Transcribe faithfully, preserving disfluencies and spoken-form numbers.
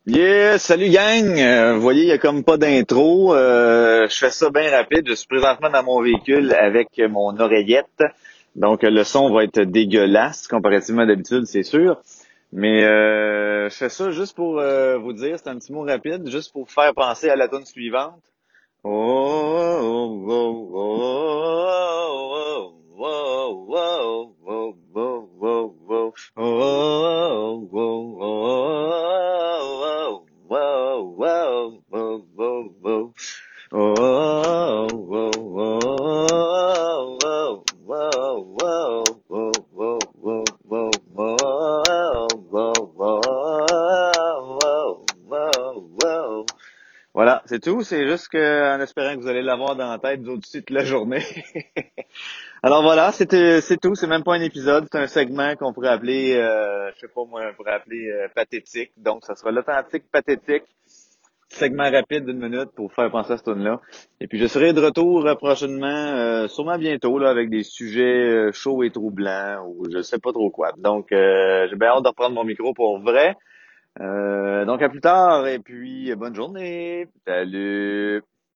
Yeah, salut gang. Euh, vous voyez, il y a comme pas d'intro. Euh, je fais ça bien rapide. Je suis présentement dans mon véhicule avec mon oreillette. Donc le son va être dégueulasse comparativement à d'habitude, c'est sûr. Mais euh, je fais ça juste pour euh, vous dire, c'est un petit mot rapide, juste pour vous faire penser à la tune suivante. Oh, oh, oh, oh, oh, oh, oh, oh, oh, oh, oh, oh, oh, oh, oh, oh, oh, oh, voilà, c'est tout. C'est juste que, en espérant que vous allez l'avoir dans la tête vous autres aussi toute la journée. Alors voilà, c'était c'est tout. C'est même pas un épisode, c'est un segment qu'on pourrait appeler, euh, je sais pas moi, on pourrait appeler euh, pathétique. Donc, ça sera l'authentique pathétique. Segment rapide d'une minute pour vous faire penser à ce tune-là. Et puis je serai de retour euh, prochainement, euh, sûrement bientôt, là, avec des sujets euh, chauds et troublants ou je sais pas trop quoi. Donc euh, j'ai bien hâte de reprendre mon micro pour vrai. Euh, donc à plus tard et puis bonne journée. Salut.